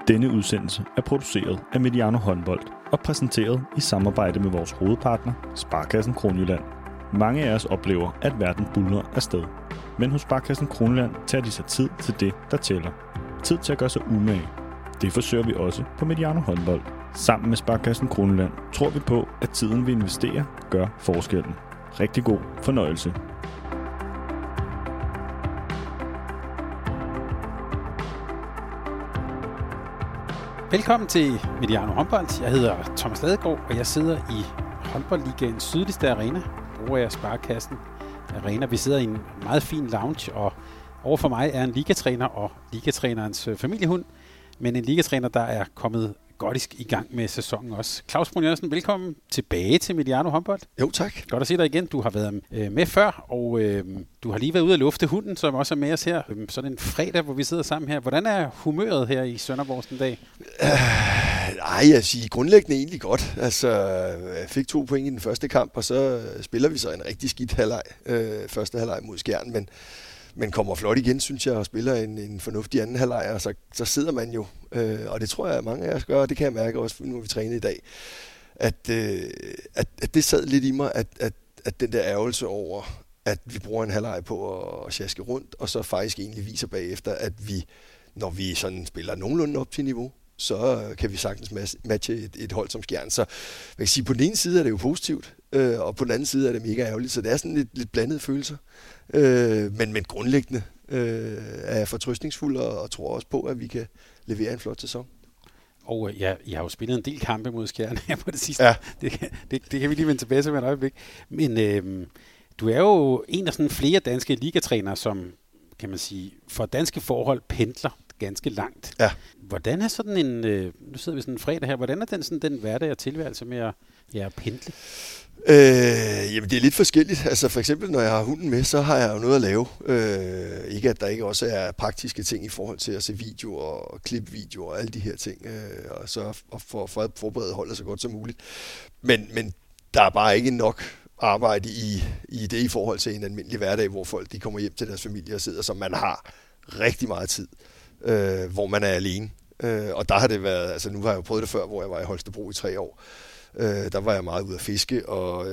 Denne udsendelse er produceret af Mediano Håndbold og præsenteret i samarbejde med vores hovedpartner, Sparekassen Kronjylland. Mange af os oplever, at verden buldrer afsted. Men hos Sparekassen Kronjylland tager de sig tid til det, der tæller. Tid til at gøre sig umage. Det forsøger vi også på Mediano Håndbold. Sammen med Sparekassen Kronjylland tror vi på, at tiden vi investerer gør forskellen. Rigtig god fornøjelse. Velkommen til Mediano Håndbold. Jeg hedder Thomas Ladegaard, og jeg sidder i håndboldligaens sydligste arena, Broager Sparekassen Arena. Vi sidder i en meget fin lounge, og overfor mig er en ligatræner og ligatrænerens familiehund, men en ligatræner, der er kommet godt i gang med sæsonen også. Claus Brun Jørgensen, velkommen tilbage til Mediano Håndbold. Jo, tak. Godt at se dig igen. Du har været med før, og du har lige været ude at lufte hunden, som også er med os her. Sådan en fredag, hvor vi sidder sammen her. Hvordan er humøret her i Sønderborg den dag? Jeg siger grundlæggende egentlig godt. Altså, jeg fik 2 point i den første kamp, og så spiller vi så en rigtig skidt halvleg. Første halvleg mod Skjern, men kommer flot igen, synes jeg, og spiller en fornuftig anden halvleg, og så sidder man jo, og det tror jeg, at mange af os gør, og det kan jeg mærke også, nu har vi trænet i dag, at det sad lidt i mig, at den der ærgelse over, at vi bruger en halvleg på at sjaske rundt, og så faktisk egentlig viser bagefter, at vi, når vi sådan spiller nogenlunde op til niveau, så kan vi sagtens matche et hold som Skjern. Så man kan sige, på den ene side er det jo positivt, og på den anden side er det mega ærgerligt, så det er sådan lidt blandede følelser. Men grundlæggende er jeg fortrøstningsfuld og tror også på, at vi kan levere en flot sæson. Og ja, I har jo spillet en del kampe mod Skjern her på det sidste. Ja. Det kan vi lige vende tilbage til med et øjeblik. Men du er jo en af sådan flere danske ligatrænere, som, kan man sige, for danske forhold pendler ganske langt. Ja. Hvordan er sådan en, nu sidder vi sådan en fredag her, hvordan er den hverdag og tilværelse med at pendle? Jamen det er lidt forskelligt. Altså for eksempel når jeg har hunden med, så har jeg jo noget at lave. Ikke at der ikke også er praktiske ting i forhold til at se videoer og klipvideoer og alle de her ting, og så for at forberede holdet så godt som muligt. Men der er bare ikke nok arbejde i det i forhold til en almindelig hverdag, hvor folk de kommer hjem til deres familie og sidder, som man har rigtig meget tid, hvor man er alene. Og der har det været, altså nu har jeg jo prøvet det før, hvor jeg var i Holstebro i 3 år. Der var jeg meget ude at fiske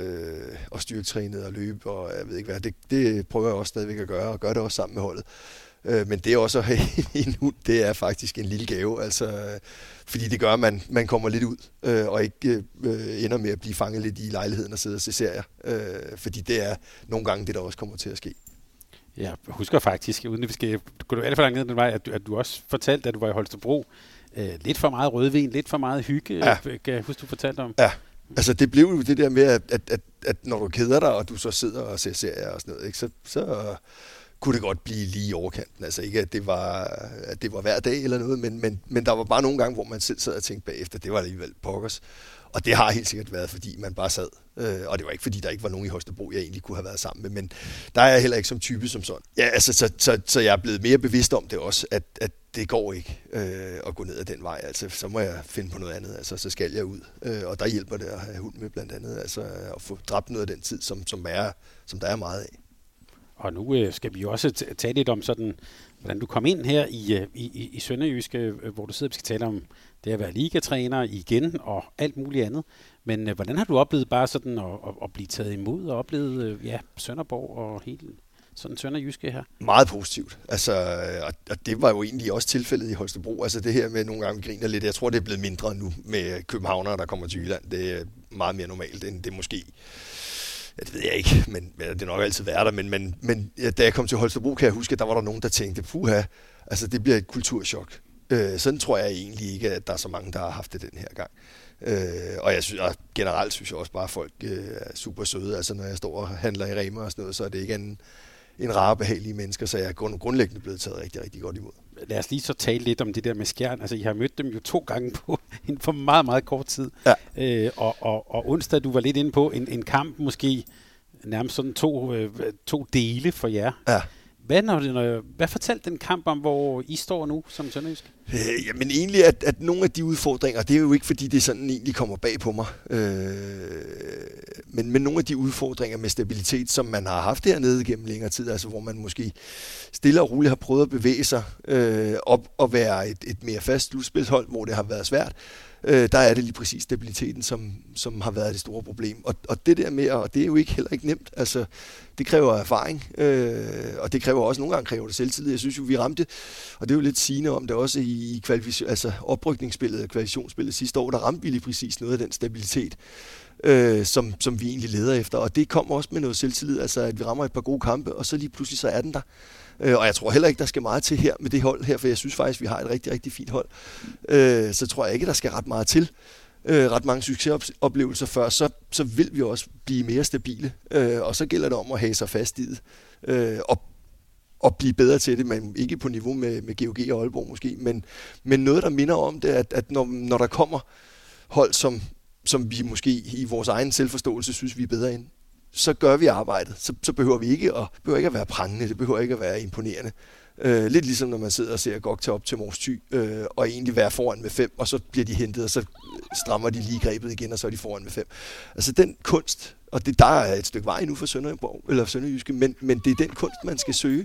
og styrketræne og løbe, og jeg ved ikke hvad. Det prøver jeg også stadigvæk at gøre, og gør det også sammen med holdet. Men det også at have en hund, det er faktisk en lille gave, altså, fordi det gør, at man kommer lidt ud, og ikke ender med at blive fanget lidt i lejligheden og sidde og se serier. Fordi det er nogle gange det, der også kommer til at ske. Jeg husker faktisk, uden at vi skal gå alt for langt ned den vej, at du også fortalte, at du var i Holstebro. Lidt for meget rødvin, lidt for meget hygge, ja. Kan jeg huske, du fortalte om. Ja, altså det blev jo det der med, at når du keder dig, og du så sidder og ser serier og sådan noget, ikke, så kunne det godt blive lige i overkanten. Altså ikke, at det var hver dag eller noget, men der var bare nogle gange, hvor man selv sad og tænkte bagefter, det var alligevel pokkers. Og det har helt sikkert været, fordi man bare sad. Og det var ikke, fordi der ikke var nogen i Holstebro, jeg egentlig kunne have været sammen med. Men der er jeg heller ikke som type som sådan. Ja, altså, så jeg er blevet mere bevidst om det også, at det går ikke at gå ned ad den vej. Altså, så må jeg finde på noget andet. Altså, så skal jeg ud. Og der hjælper det at have hund med blandt andet. Altså, at få dræbt noget af den tid, som der er meget af. Og nu skal vi jo også tale lidt om sådan, hvordan du kom ind her i Sønderjyske, hvor du sidder og skal tale om det at være ligatræner igen og alt muligt andet. Men hvordan har du oplevet bare sådan at blive taget imod og oplevet Sønderborg og hele sådan Sønderjyske her? Meget positivt. Altså, og det var jo egentlig også tilfældet i Holstebro. Altså det her med nogle gange griner lidt. Jeg tror, det er blevet mindre nu med københavnere, der kommer til Jylland. Det er meget mere normalt, end det måske. Ja, det ved jeg ikke, men det er nok altid været der. Men da jeg kom til Holstebro, kan jeg huske, at der var der nogen, der tænkte, puha, altså det bliver et kulturschok. Sådan tror jeg egentlig ikke, at der er så mange, der har haft det den her gang. Og generelt synes jeg også bare, at folk er super søde. Altså når jeg står og handler i Rema og sådan noget, så er det ikke en rare, behagelige mennesker, så jeg er grundlæggende blevet taget rigtig, rigtig godt imod. Lad os lige så tale lidt om det der med Skjern. Altså, I har mødt dem jo 2 gange inden for meget, meget kort tid. Ja. Og onsdag, du var lidt inde på en kamp, måske nærmest sådan to dele for jer. Ja. Hvad fortalte den kamp om, hvor I står nu som Sønderjysk? Jamen egentlig, at nogle af de udfordringer, det er jo ikke fordi, det sådan egentlig kommer bag på mig, men nogle af de udfordringer med stabilitet, som man har haft hernede gennem længere tid, altså hvor man måske stille og roligt har prøvet at bevæge sig op og være et mere fast slutspilshold, hvor det har været svært, der er det lige præcis stabiliteten, som har været det store problem. Og det der med, og det er jo heller ikke nemt, altså det kræver erfaring, og det kræver også, nogle gange kræver det selvtillid. Jeg synes jo, vi ramte, og det er jo lidt sigende om det også i oprykningsspillet og kvalifikationsspillet sidste år, der ramte vi lige præcis noget af den stabilitet, som vi egentlig leder efter. Og det kommer også med noget selvtillid, altså at vi rammer et par gode kampe, og så lige pludselig så er den der. Og jeg tror heller ikke, der skal meget til her med det hold her, for jeg synes faktisk, vi har et rigtig, rigtig fint hold. Så tror jeg ikke, der skal ret meget til. Ret mange succesoplevelser før, så vil vi også blive mere stabile. Og så gælder det om at have sig fast i det. Og blive bedre til det, men ikke på niveau med GOG og Aalborg måske, men noget, der minder om det, at når der kommer hold, som vi måske i vores egen selvforståelse synes, vi er bedre end, så gør vi arbejdet. Så behøver vi ikke at være prangende, det behøver ikke at være imponerende. Lidt ligesom når man sidder og ser GOG tage op til Mors Thy, og egentlig være foran med 5, og så bliver de hentet, og så strammer de lige grebet igen, og så er de foran med 5. Altså den kunst, og der er et stykke vej endnu for Sønderborg, eller Sønderjyske, men det er den kunst, man skal søge.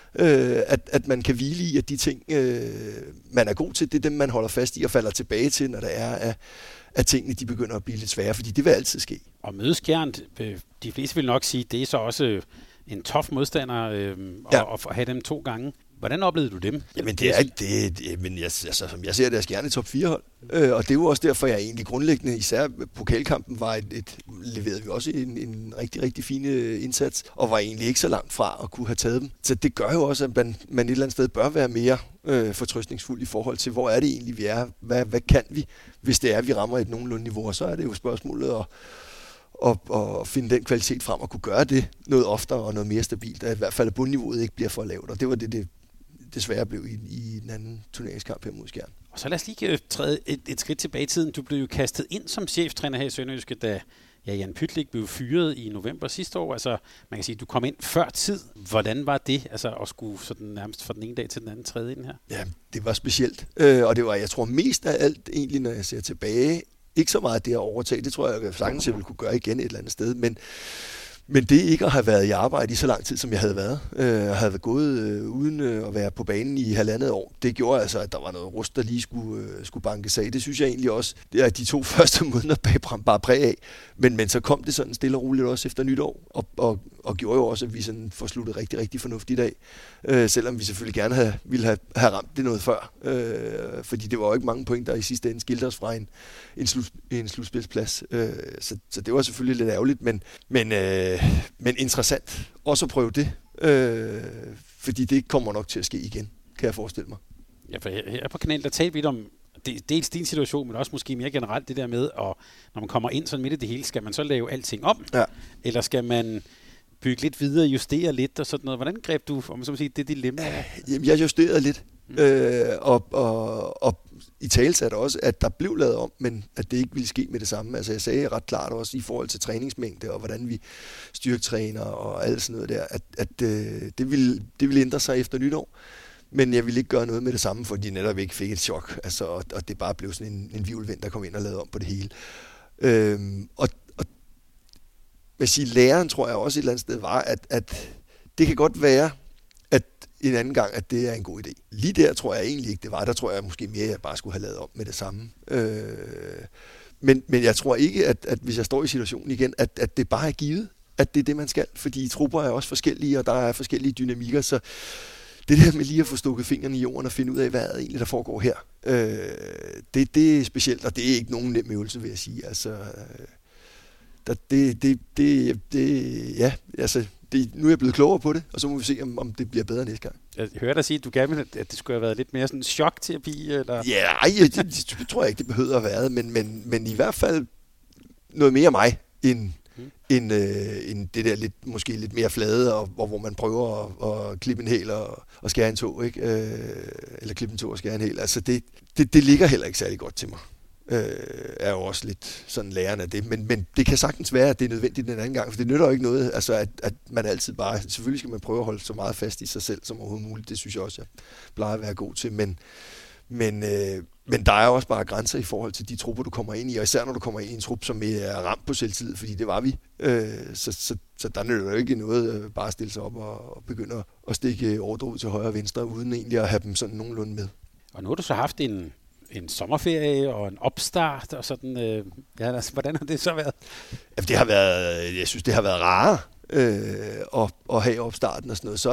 At man kan hvile i, at de ting, man er god til, det er dem, man holder fast i og falder tilbage til, når der er at tingene de begynder at blive lidt svære, fordi det vil altid ske. Og møde Skjern, de fleste vil nok sige, det er så også en tough modstander at have dem 2 gange. Hvordan oplevede du dem? Jamen det er ikke men som jeg ser det, er Skjern et top 4 hold. Og det er jo også derfor, jeg egentlig grundlæggende, især pokalkampen, leverede vi også en rigtig, rigtig fin indsats, og var egentlig ikke så langt fra at kunne have taget dem. Så det gør jo også, at man et eller andet sted bør være mere fortrøstningsfuld i forhold til, hvor er det egentlig, vi er? Hvad kan vi, hvis det er, vi rammer et nogenlunde niveau? Og så er det jo spørgsmålet at finde den kvalitet frem og kunne gøre det noget oftere og noget mere stabilt, at i hvert fald at bundniveauet ikke bliver for lavt. Og det var det desværre blev i den anden turneringskamp her mod Skjern. Og så lad os lige træde et skridt tilbage i tiden. Du blev jo kastet ind som cheftræner her i Sønderjyske, da Jan Pytlik blev fyret i november sidste år. Altså, man kan sige, du kom ind før tid. Hvordan var det, altså at skulle sådan nærmest fra den ene dag til den anden træde ind her? Ja, det var specielt. Og det var, jeg tror mest af alt egentlig, når jeg ser tilbage, ikke så meget det at overtage. Det tror jeg sagtens, jeg ville kunne gøre igen et eller andet sted, men det ikke at have været i arbejde i så lang tid, som jeg havde været, og havde gået uden at være på banen i 1,5 år, det gjorde altså, at der var noget rust, der lige skulle bankes af. Det synes jeg egentlig også, det er de 2 første måneder bare præg af. Men så kom det sådan stille og roligt også efter nytår, og gjorde jo også, at vi sådan får sluttet rigtig, rigtig fornuftigt af. Selvom vi selvfølgelig gerne ville have ramt det noget før. Fordi det var jo ikke mange point, der i sidste ende skilte os fra en slutspilsplads. Så det var selvfølgelig lidt ærgerligt, men interessant også at prøve det, fordi det kommer nok til at ske igen, kan jeg forestille mig. Ja, for her på kanalen, der talte vi om dels din situation, men også måske mere generelt det der med, og når man kommer ind sådan midt i det hele, skal man så lave alting om? Ja. Eller skal man bygge lidt videre, justere lidt og sådan noget? Hvordan greb du, om man så må sige, det dilemma? Jamen, jeg justerede lidt, og i tale satte også, at der blev lavet om, men at det ikke ville ske med det samme. Altså jeg sagde ret klart også i forhold til træningsmængde og hvordan vi styrketræner og alt sådan noget der, at det ville ændre sig efter nytår. Men jeg ville ikke gøre noget med det samme, fordi de netop ikke fik et chok. Altså, og det bare blev sådan en hvirvelvind, der kom ind og lavede om på det hele. Og hvad siger, læreren tror jeg også et eller andet sted var, at det kan godt være, at en anden gang, at det er en god idé. Lige der tror jeg egentlig ikke, det var. Der tror jeg måske mere, at jeg bare skulle have lavet om med det samme. Men jeg tror ikke, at hvis jeg står i situationen igen, at det bare er givet, at det er det, man skal. Fordi trupper er også forskellige, og der er forskellige dynamikker, så det der med lige at få stukket fingrene i jorden og finde ud af, hvad er egentlig, der foregår her, det er specielt, og det er ikke nogen nem øvelse, vil jeg sige. Altså, nu er jeg blevet klogere på det, og så må vi se, om det bliver bedre næste gang. Jeg hører dig sige, at du gerne ville, at det skulle have været lidt mere sådan en chokterapi, eller? Ja, det tror jeg ikke, det behøver at være, men i hvert fald noget mere mig, end det der måske lidt mere flade, og hvor man prøver at klippe en hæl og skære en tå, ikke? Eller klippe en tå og skære en hæl. Altså det ligger heller ikke særlig godt til mig. Er jo også lidt sådan lærende af det, men det kan sagtens være, at det er nødvendigt den anden gang, for det nytter jo ikke noget, altså at man altid bare, selvfølgelig skal man prøve at holde så meget fast i sig selv som overhovedet muligt, det synes jeg også, jeg plejer at være god til, Men der er også bare grænser i forhold til de trupper, du kommer ind i, og især når du kommer ind i en trup, som er ramt på selvtillid, fordi det var vi. Så der nytter jo ikke noget bare at stille sig op og begynde at stikke ordre ud til højre og venstre, uden egentlig at have dem sådan nogenlunde med. Og nu har du så haft en sommerferie og en opstart og sådan. Hvordan har det så været? Jamen, jeg synes, det har været rarere at have opstarten og sådan noget.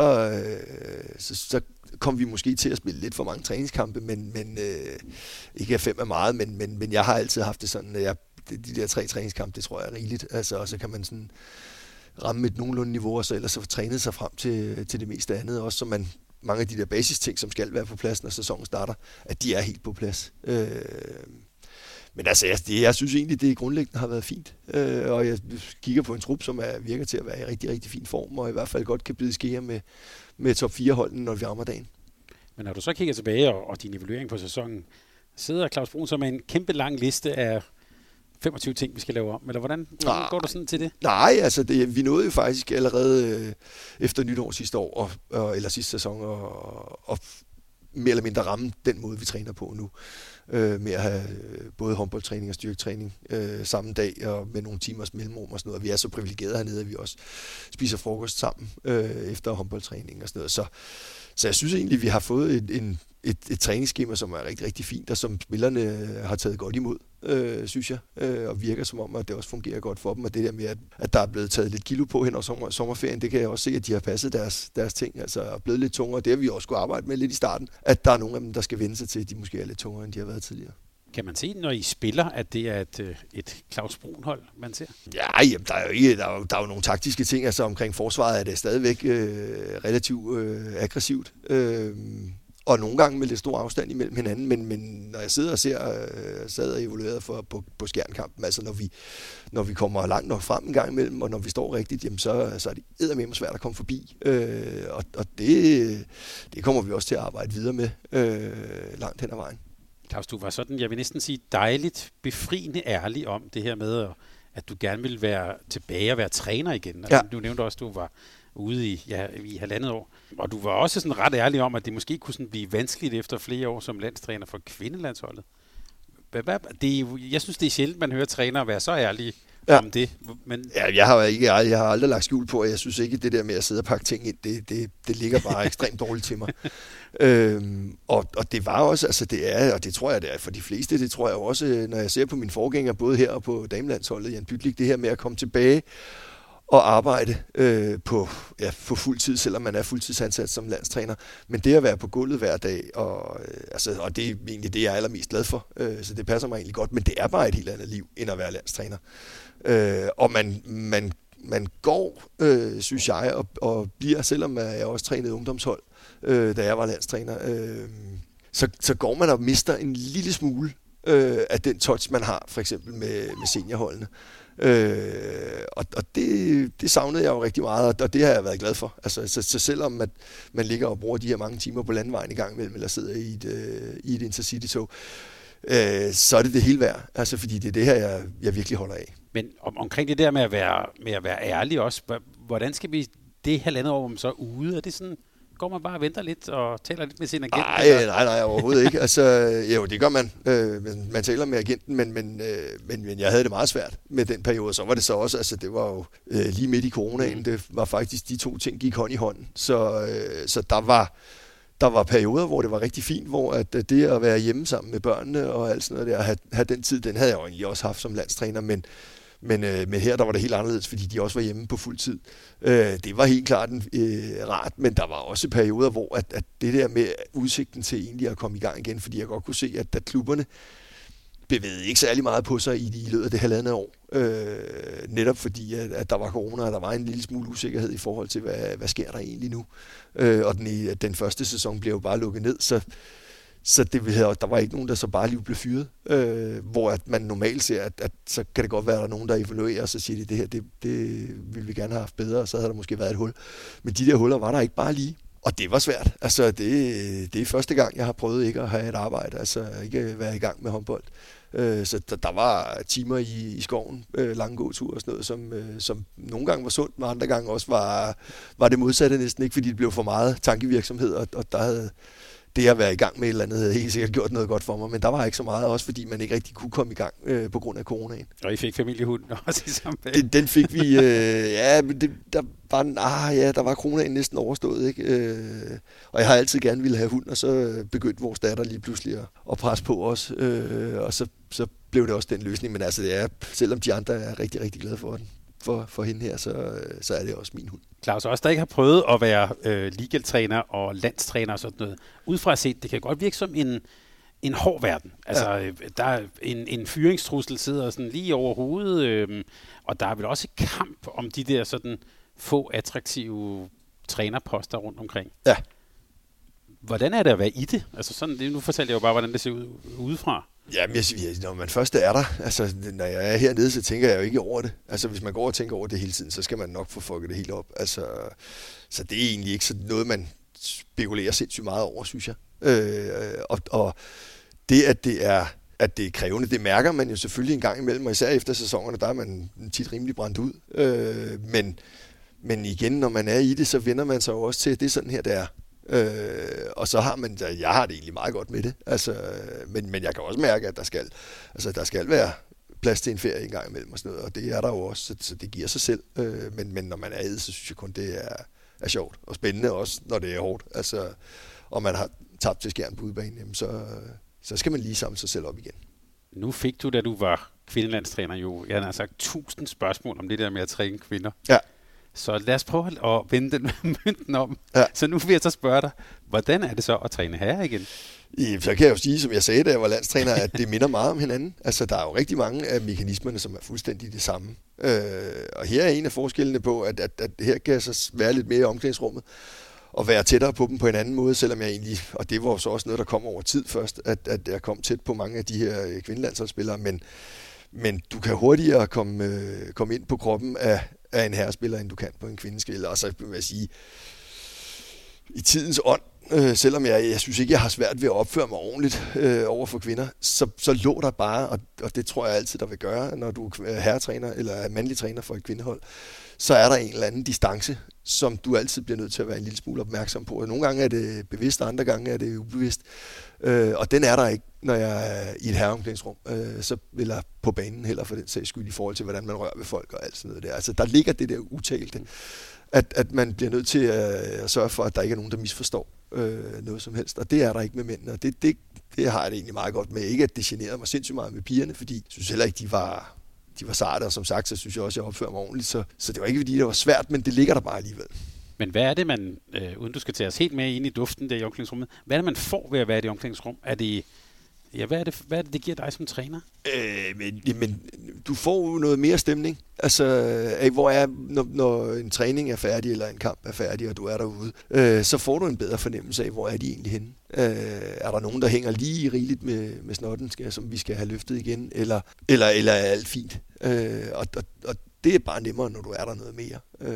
Så kom vi måske til at spille lidt for mange træningskampe, men ikke af 5 er meget, men jeg har altid haft det sådan, de der 3 træningskampe, det tror jeg er rigeligt. Altså, og så kan man sådan ramme et nogenlunde niveau, og så ellers så trænet sig frem til det meste andet, også så man mange af de der basisting, som skal være på plads, når sæsonen starter, at de er helt på plads. Men altså, jeg synes egentlig, det grundlæggende har været fint. Og jeg kigger på en trup, som virker til at være i rigtig, rigtig fin form, og i hvert fald godt kan bide skære med top 4-holdene, når vi rammer dagen. Men når du så kigger tilbage og din evaluering på sæsonen, sidder Claus Bruun så med en kæmpe lang liste af 25 ting, vi skal lave om, eller hvordan går du sådan til det? Nej, altså vi nåede jo faktisk allerede efter nytår sidste år, eller sidste sæson, og mere eller mindre ramme den måde, vi træner på nu. Med at have både håndboldtræning og styrketræning samme dag, og med nogle timers mellemrum og sådan noget. Vi er så privilegerede hernede, at vi også spiser frokost sammen efter håndboldtræning og sådan noget. Så jeg synes egentlig, at vi har fået et træningsskema, som er rigtig, rigtig fint, og som spillerne har taget godt imod, synes jeg, og virker som om, at det også fungerer godt for dem, og det der med, at der er blevet taget lidt kilo på hen over sommerferien, det kan jeg også se, at de har passet deres ting, altså er blevet lidt tungere, det har vi også skulle arbejde med lidt i starten, at der er nogle af dem, der skal vende sig til, at de måske er lidt tungere, end de har været tidligere. Kan man se, når I spiller, at det er et Claus Bruun-hold, man ser? Ja, jamen, der er jo nogle taktiske ting, altså omkring forsvaret er det stadigvæk relativt aggressivt. Og nogle gange med lidt stor afstand imellem hinanden, men når jeg sidder og sad og evalueret på Skjern-kampen, altså når vi kommer langt nok frem en gang imellem, og når vi står rigtigt, jamen så er det eddermame svært at komme forbi. Og det kommer vi også til at arbejde videre med langt hen ad vejen. Claus, du var sådan, jeg vil næsten sige, dejligt befriende ærlig om det her med, at du gerne ville være tilbage og være træner igen. Altså, ja. Du nævnte også, at du var ude i 1,5 år. Og du var også sådan ret ærlig om, at det måske kunne sådan blive vanskeligt efter flere år som landstræner for kvindelandsholdet. Jeg synes, det er sjældent, man hører trænere være så ærlige om det. Men ja, jeg har aldrig lagt skjul på, at jeg synes ikke, det der med at sidde og pakke ting ind, det ligger bare ekstremt dårligt til mig. Og det var også, altså det er, og det tror jeg, det er for de fleste, det tror jeg også, når jeg ser på mine forgængere, både her og på damelandsholdet, Jan Bytlik, det her med at komme tilbage og arbejde på fuld tid, selvom man er fuldtidsansat som landstræner. Men det at være på gulvet hver dag, og det er egentlig det, jeg er allermest glad for. Så det passer mig egentlig godt, men det er bare et helt andet liv, end at være landstræner. Og man går, synes jeg, og bliver, selvom jeg også trænede ungdomshold, da jeg var landstræner, så går man og mister en lille smule af den touch, man har, for eksempel med seniorholdene. Og det savnede jeg jo rigtig meget, og det har jeg været glad for. Altså, så selvom at man ligger og bruger de her mange timer på landvejen i gang imellem, eller sidder i et intercity-tog, så er det hele værd. Altså, fordi det er det her, jeg virkelig holder af. Men omkring det der med at være ærlig også, hvordan skal vi det 1,5 år, hvor man så er ude? Er det sådan, går man bare og venter lidt og taler lidt med sin agent? Nej, overhovedet ikke. Altså, jo, det gør man. Man taler med agenten, men jeg havde det meget svært med den periode. Så var det så også, altså det var jo lige midt i coronaen, det var faktisk de 2 ting gik hånd i hånd. Så der var perioder, hvor det var rigtig fint, hvor at det at være hjemme sammen med børnene og alt sådan noget der, have den tid, den havde jeg jo egentlig også haft som landstræner, men her der var det helt anderledes, fordi de også var hjemme på fuld tid. Det var helt klart rart, men der var også perioder, hvor at det der med udsigten til egentlig at komme i gang igen, fordi jeg godt kunne se, at klubberne bevægede ikke særlig meget på sig i løbet af det 1,5 år. Netop fordi, at der var corona, og der var en lille smule usikkerhed i forhold til, hvad sker der egentlig nu. Og den første sæson blev jo bare lukket ned, så der var ikke nogen, der så bare lige blev fyret. Hvor at man normalt ser, at så kan det godt være, at der er nogen, der evaluerer, og så siger de, det her, det ville vi gerne have haft bedre, og så havde der måske været et hul. Men de der huller var der ikke bare lige. Og det var svært. Altså, det er første gang, jeg har prøvet ikke at have et arbejde, altså ikke være i gang med håndbold. Så der var timer i skoven, lange gåture og sådan noget, som nogle gange var sundt, men andre gange også var det modsatte næsten, ikke fordi det blev for meget tankevirksomhed, og der det at være i gang med et eller andet havde helt sikkert gjort noget godt for mig, men der var ikke så meget, også fordi man ikke rigtig kunne komme i gang på grund af coronaen. Og I fik familiehunden også i samme Den fik vi, men der var coronaen næsten overstået, ikke? Og jeg har altid gerne ville have hund, og så begyndte vores datter lige pludselig at presse på os, og så blev det også den løsning, men altså selvom de andre er rigtig, rigtig glade for den, for hende her, så er det også min hund. Claus, også der ikke har prøvet at være ligatræner og landstræner og sådan noget, udefra set, det kan godt virke som en hård verden. Altså, der er en fyringstrussel sidder sådan lige over hovedet, og der er vel også kamp om de der sådan få attraktive trænerposter rundt omkring. Ja. Hvordan er det at være i det? Altså sådan, nu fortæller jeg jo bare, hvordan det ser ud udefra. Jamen, når man først er der, altså når jeg er hernede, så tænker jeg jo ikke over det. Altså hvis man går og tænker over det hele tiden, så skal man nok få fucket det helt op. Altså, så det er egentlig ikke sådan noget, man spekulerer sindssygt meget over, synes jeg. Og det, at det er krævende, det mærker man jo selvfølgelig en gang imellem, og især efter sæsonerne, der er man tit rimelig brændt ud. Men igen, når man er i det, så vender man sig jo også til, at det er sådan her, det er. Og så har jeg har det egentlig meget godt med det, altså, men jeg kan også mærke, at der skal være plads til en ferie en gang imellem og sådan noget, og det er der jo også, så det giver sig selv, men når man er i det, så synes jeg kun, det er sjovt og spændende også, når det er hårdt, altså, og man har tabt til skærmen på udebanen, jamen, så skal man lige samle sig selv op igen. Nu fik du, da du var kvindelandstræner, jo, jeg har sagt 1000 spørgsmål om det der med at træne kvinder. Ja. Så lad os prøve at vende den mønten om. Ja. Så nu vil jeg så spørge dig, hvordan er det så at træne herrer igen? Så kan jeg jo sige, som jeg sagde, da jeg var landstræner, at det minder meget om hinanden. Altså, der er jo rigtig mange af mekanismerne, som er fuldstændig det samme. Og her er en af forskellene på, at her kan jeg så være lidt mere i omklædningsrummet og være tættere på dem på en anden måde, selvom jeg egentlig, og det var så også noget, der kom over tid først, at jeg kom tæt på mange af de her kvindelandsholdsspillere, men du kan hurtigere komme ind på kroppen af en herrespiller, end du kan på en kvindespiller. Og så vil jeg sige, i tidens ånd, selvom jeg synes ikke, jeg har svært ved at opføre mig ordentligt over for kvinder, så lå der bare, og det tror jeg altid, der vil gøre, når du er herretræner eller er mandlig træner for et kvindehold, så er der en eller anden distance, som du altid bliver nødt til at være en lille smule opmærksom på. Og nogle gange er det bevidst, og andre gange er det ubevidst. Og den er der ikke, når jeg er i et herreomklædningsrum, eller på banen heller for den sags skyld, i forhold til, hvordan man rører ved folk og alt sådan noget der. Altså, der ligger det der utalte, at man bliver nødt til at sørge for, at der ikke er nogen, der misforstår noget som helst. Og det er der ikke med mændene. Og det har jeg det egentlig meget godt med. Ikke at det generede mig sindssygt meget med pigerne, fordi jeg synes heller ikke, de var sarte, og som sagt, så synes jeg også, at jeg opfører mig ordentligt. Så det var ikke, fordi det var svært, men det ligger der bare alligevel. Men hvad er det, man, uden du skal tage os helt med ind i duften der i omklædningsrummet, hvad er det, man får ved at være i det omklædningsrum? Hvad er det, giver dig som træner? Men du får jo noget mere stemning. Altså, når en træning er færdig, eller en kamp er færdig, og du er derude, så får du en bedre fornemmelse af, hvor er de egentlig henne. Er der nogen, der hænger lige rigeligt med snotten, som vi skal have løftet igen, eller er alt fint? Og det er bare nemmere, når du er der noget mere,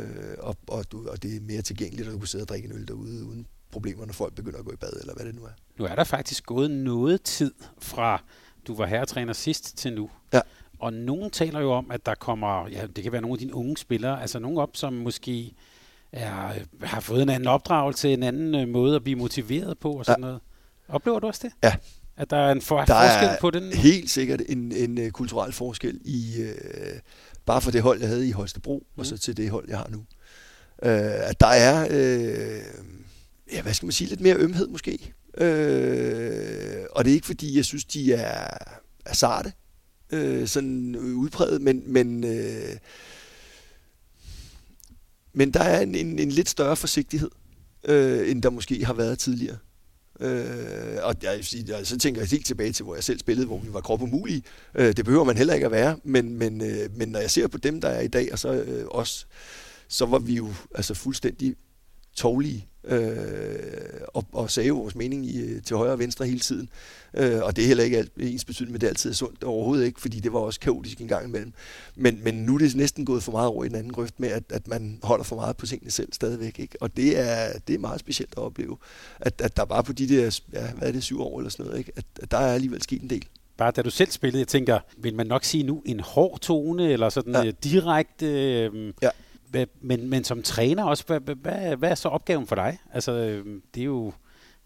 og det er mere tilgængeligt, at du kan sidde og drikke en øl derude uden problemer, når folk begynder at gå i bad, eller hvad det nu er. Nu er der faktisk gået noget tid fra, du var herretræner sidst til nu. Ja. Og nogen taler jo om, at der kommer, det kan være nogle af dine unge spillere, altså nogen op, som måske har fået en anden opdragelse, en anden måde at blive motiveret på og sådan noget. Oplever du også det? Ja. At der er en forskel på den? Der er helt sikkert en kulturel forskel i, bare for det hold, jeg havde i Holstebro, og så til det hold, jeg har nu. At der er, hvad skal man sige, lidt mere ømhed måske. Og det er ikke fordi, jeg synes, de er sarte, sådan udpræget, men der er en lidt større forsigtighed, end der måske har været tidligere. Og så tænker jeg helt tilbage til, hvor jeg selv spillede, hvor vi var kropumulige. Det behøver man heller ikke at være, men når jeg ser på dem, der er i dag, og så os, så var vi jo altså fuldstændig tovlige og sagde jo vores mening til højre og venstre hele tiden. Og det er heller ikke ens betydning med, det altid er sundt overhovedet ikke, fordi det var også kaotisk en gang imellem. Men nu er det næsten gået for meget over i den anden grøft med, at man holder for meget på tingene selv stadigvæk. Ikke? Og det er meget specielt at opleve, at der bare på de der, hvad er det, 7 år eller sådan noget, ikke? At der er alligevel sket en del. Bare da du selv spillede, jeg tænker, vil man nok sige nu en hård tone, eller sådan direkte... Ja. Men som træner også, hvad er så opgaven for dig? Altså, det er jo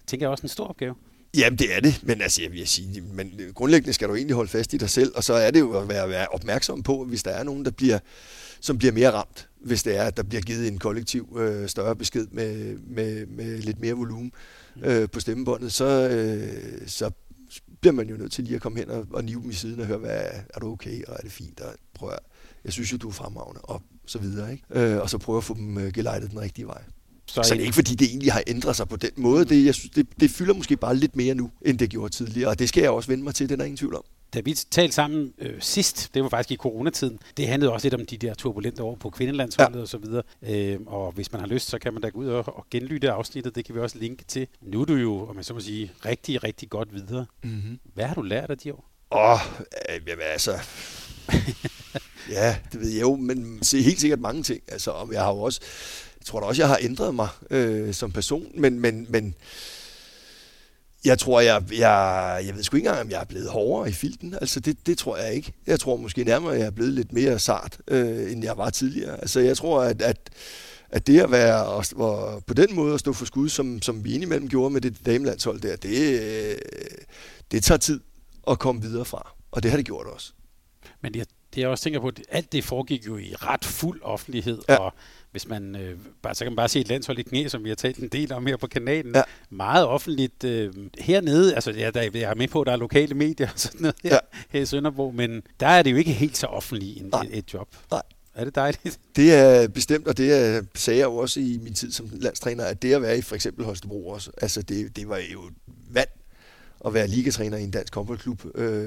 tænker jeg også en stor opgave. Jamen, det er det, men altså, jeg vil sige, men grundlæggende skal du egentlig holde fast i dig selv, og så er det jo at være opmærksom på, hvis der er nogen, som bliver mere ramt, hvis det er, at der bliver givet en kollektiv større besked med lidt mere volumen på stemmebåndet, så bliver man jo nødt til lige at komme hen og nive dem i siden og høre, er du okay, og er det fint, og prøv at, jeg synes jo, du er fremragende, og så videre, ikke? Og så prøve at få dem gelejtet den rigtige vej. Så det er ikke, fordi det egentlig har ændret sig på den måde. Jeg synes, det fylder måske bare lidt mere nu, end det gjorde tidligere. Og det skal jeg også vende mig til, det er der ingen tvivl om. Da vi talte sammen sidst, det var faktisk i coronatiden, det handlede også lidt om de der turbulente år på kvindelandsholdet og så videre. Og hvis man har lyst, så kan man da gå ud og genlytte afsnittet. Det kan vi også linke til. Nu er du jo, om man så må sige, rigtig, rigtig godt videre. Mm-hmm. Hvad har du lært af de år? Altså... ja, det ved jeg jo, men helt sikkert mange ting. Altså, og jeg har jo også... Jeg tror da også, jeg har ændret mig som person, men jeg tror, jeg ved sgu ikke engang, om jeg er blevet hårdere i filten. Altså, det tror jeg ikke. Jeg tror måske nærmere, at jeg er blevet lidt mere sart, end jeg var tidligere. Altså, jeg tror, at det at være på den måde at stå for skud, som vi indimellem gjorde med det damelandshold der, det tager tid at komme videre fra. Og det har det gjort også. Men det jeg også tænker på, at alt det foregik jo i ret fuld offentlighed, og hvis man så kan man bare se et landshold i knæ, som vi har talt en del om her på kanalen, meget offentligt hernede, altså jeg er med på, at der er lokale medier og sådan noget her i Sønderborg, men der er det jo ikke helt så offentligt et job. Nej. Er det dejligt? Det er bestemt, og det sagde jeg jo også i min tid som landstræner, at det at være i for eksempel Holstebro også, altså det var jo vand at være ligatræner i en dansk håndboldklub,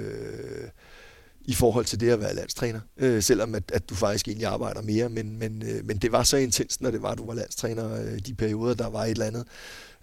i forhold til det at være landstræner, selvom at du faktisk egentlig arbejder mere, men det var så intenst, når det var, at du var landstræner de perioder, der var et eller andet.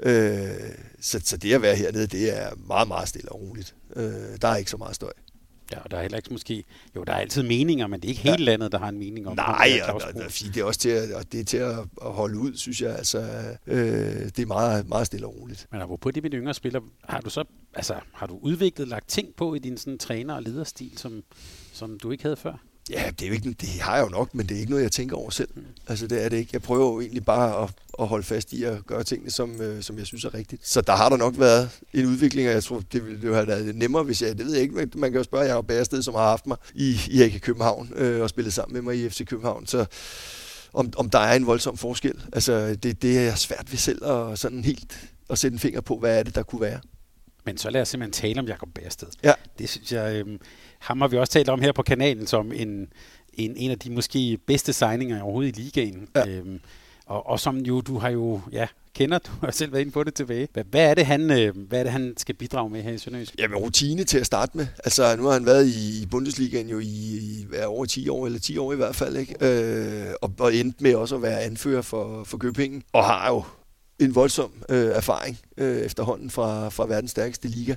Så det at være hernede, det er meget, meget stille og roligt. Der er ikke så meget støj. Ja, og der er heller ikke måske... Jo, der er altid meninger, men det er ikke hele landet, der har en mening om. Nej, det er også til at holde ud, synes jeg. Altså, det er meget, meget stille og roligt. Men apropos det med de yngre spillere, har du udviklet, lagt ting på i din sådan træner- og lederstil, som du ikke havde før? Ja, det har jeg jo nok, men det er ikke noget, jeg tænker over selv. Altså, det er det ikke. Jeg prøver jo egentlig bare at holde fast i at gøre tingene, som jeg synes er rigtigt. Så der har der nok været en udvikling, og jeg tror, det ville jo have været nemmere, hvis det ved jeg ikke, man kan jo spørge Jacob Bærested, som har haft mig i AK København og spillet sammen med mig i FC København, så om der er en voldsom forskel. Altså, det er svært ved selv at sådan helt at sætte en finger på, hvad er det, der kunne være. Men så lad os simpelthen tale om Jacob Bærested. Ja. Det synes jeg, ham har vi også talt om her på kanalen som en af de måske bedste signinger overhovedet i ligaen. Ja. Og som jo, du har jo, kender, du har selv været inde på det tilbage. Hvad er det, han skal bidrage med her i Sønderjysk? Jamen, rutine til at starte med. Altså, nu har han været i Bundesligaen jo i over 10 år, eller 10 år i hvert fald, ikke? Og endte med også at være anfører for Købingen. Og har jo en voldsom erfaring efterhånden fra verdens stærkeste liga.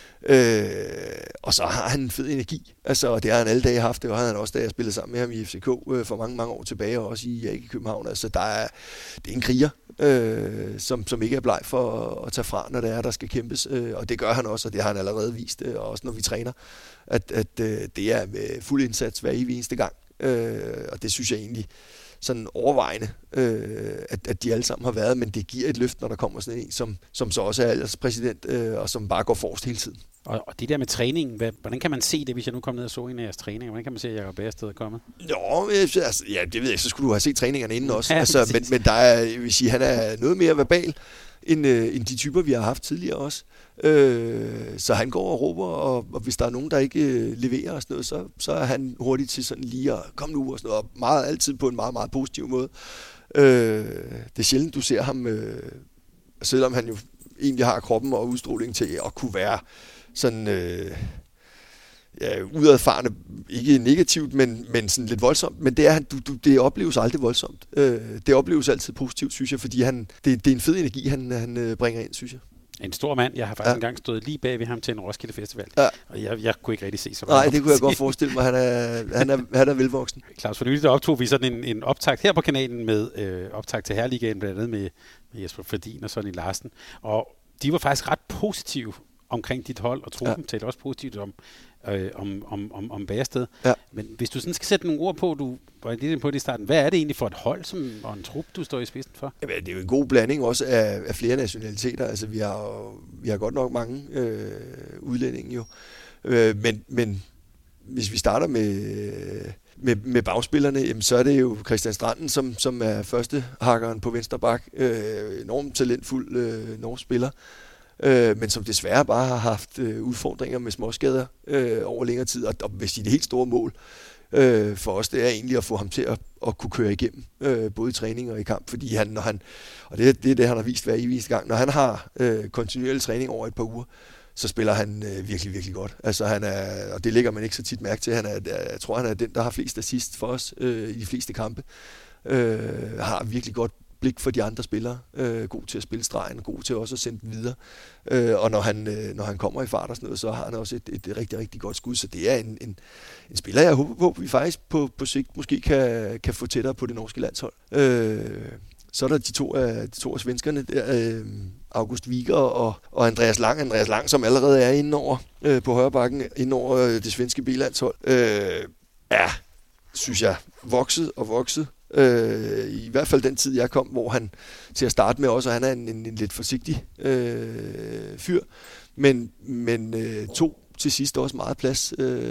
Og så har han en fed energi. Altså, og det har han alle dage haft. Det var han også, da jeg spillede sammen med ham i FCK for mange, mange år tilbage, og også i AK København. Altså, det er en kriger, som ikke er bleg for at tage fra, når det er, der skal kæmpes. Og det gør han også, og det har han allerede vist, og også når vi træner, at det er med fuld indsats hver eneste gang. Og det synes jeg egentlig sådan overvejende, at de alle sammen har været, men det giver et løft, når der kommer sådan en, som så også er alderspræsident, og som bare går forrest hele tiden. Og det der med træningen, hvordan kan man se det, hvis jeg nu kommer ned og så en af jeres træninger? Hvordan kan man se, at Jacob Bærested er kommet? Jo, altså, ja, det ved jeg, så skulle du have set træningerne inden også. Ja, altså, men der er, jeg vil sige, han er noget mere verbal, end de typer, vi har haft tidligere også. Så han går og råber, og hvis der er nogen, der ikke leverer og sådan noget, så er han hurtigt til sådan lige at komme nu og sådan noget, og meget altid på en meget, meget positiv måde. Det er sjældent, du ser ham, selvom han jo egentlig har kroppen og udstråling til at kunne være sådan udadfarende, ikke negativt, men sådan lidt voldsomt. Men det er det opleves aldrig voldsomt. Det opleves altid positivt, synes jeg, fordi det er en fed energi, han bringer ind, synes jeg. En stor mand. Jeg har faktisk engang stået lige bag ved ham til en Roskilde Festival. Ja. Og jeg kunne ikke rigtig se så meget. Nej, det kunne jeg godt forestille mig. Han er velvoksen. Claus, for nylig der optog vi sådan en optakt her på kanalen med optakt til Herligaen, blandt andet med Jesper Fredin og Sonny Larsen. Og de var faktisk ret positive omkring dit hold, og truppen taler også positivt om Bærested. Ja. Men hvis du sådan skal sætte nogle ord på, du var lidt inde på det i starten, hvad er det egentlig for et hold og en trup, du står i spidsen for? Jamen, det er jo en god blanding også af flere nationaliteter. Altså, vi har godt nok mange udlændinge jo. Men hvis vi starter med bagspillerne, jamen, så er det jo Christian Stranden, som er første hakkeren på venstre bak. Enormt talentfuld norsk spiller. Men som desværre bare har haft udfordringer med småskader over længere tid. Og hvis i det helt store mål for os, det er egentlig at få ham til at kunne køre igennem, både i træning og i kamp. Fordi og det er det, han har vist hver eneste gang, når han har kontinuerlig træning over et par uger, så spiller han virkelig, virkelig godt. Altså og det lægger man ikke så tit mærke til. Jeg tror, han er den, der har flest assist for os i de fleste kampe. Har virkelig godt blik for de andre spillere. God til at spille stregen, god til også at sende den videre. Og når han kommer i fart og sådan noget, så har han også et rigtig, rigtig godt skud. Så det er en spiller, jeg håber på, at vi faktisk på sigt måske kan få tættere på det norske landshold. Så er der de to af svenskerne der, August Wieger og Andreas Lang. Andreas Lang, som allerede er inde over på højre bakken, inde over det svenske B-landshold. Synes jeg, vokset. I hvert fald den tid, jeg kom, hvor han til at starte med også, og han er en lidt forsigtig fyr, men tog til sidst også meget plads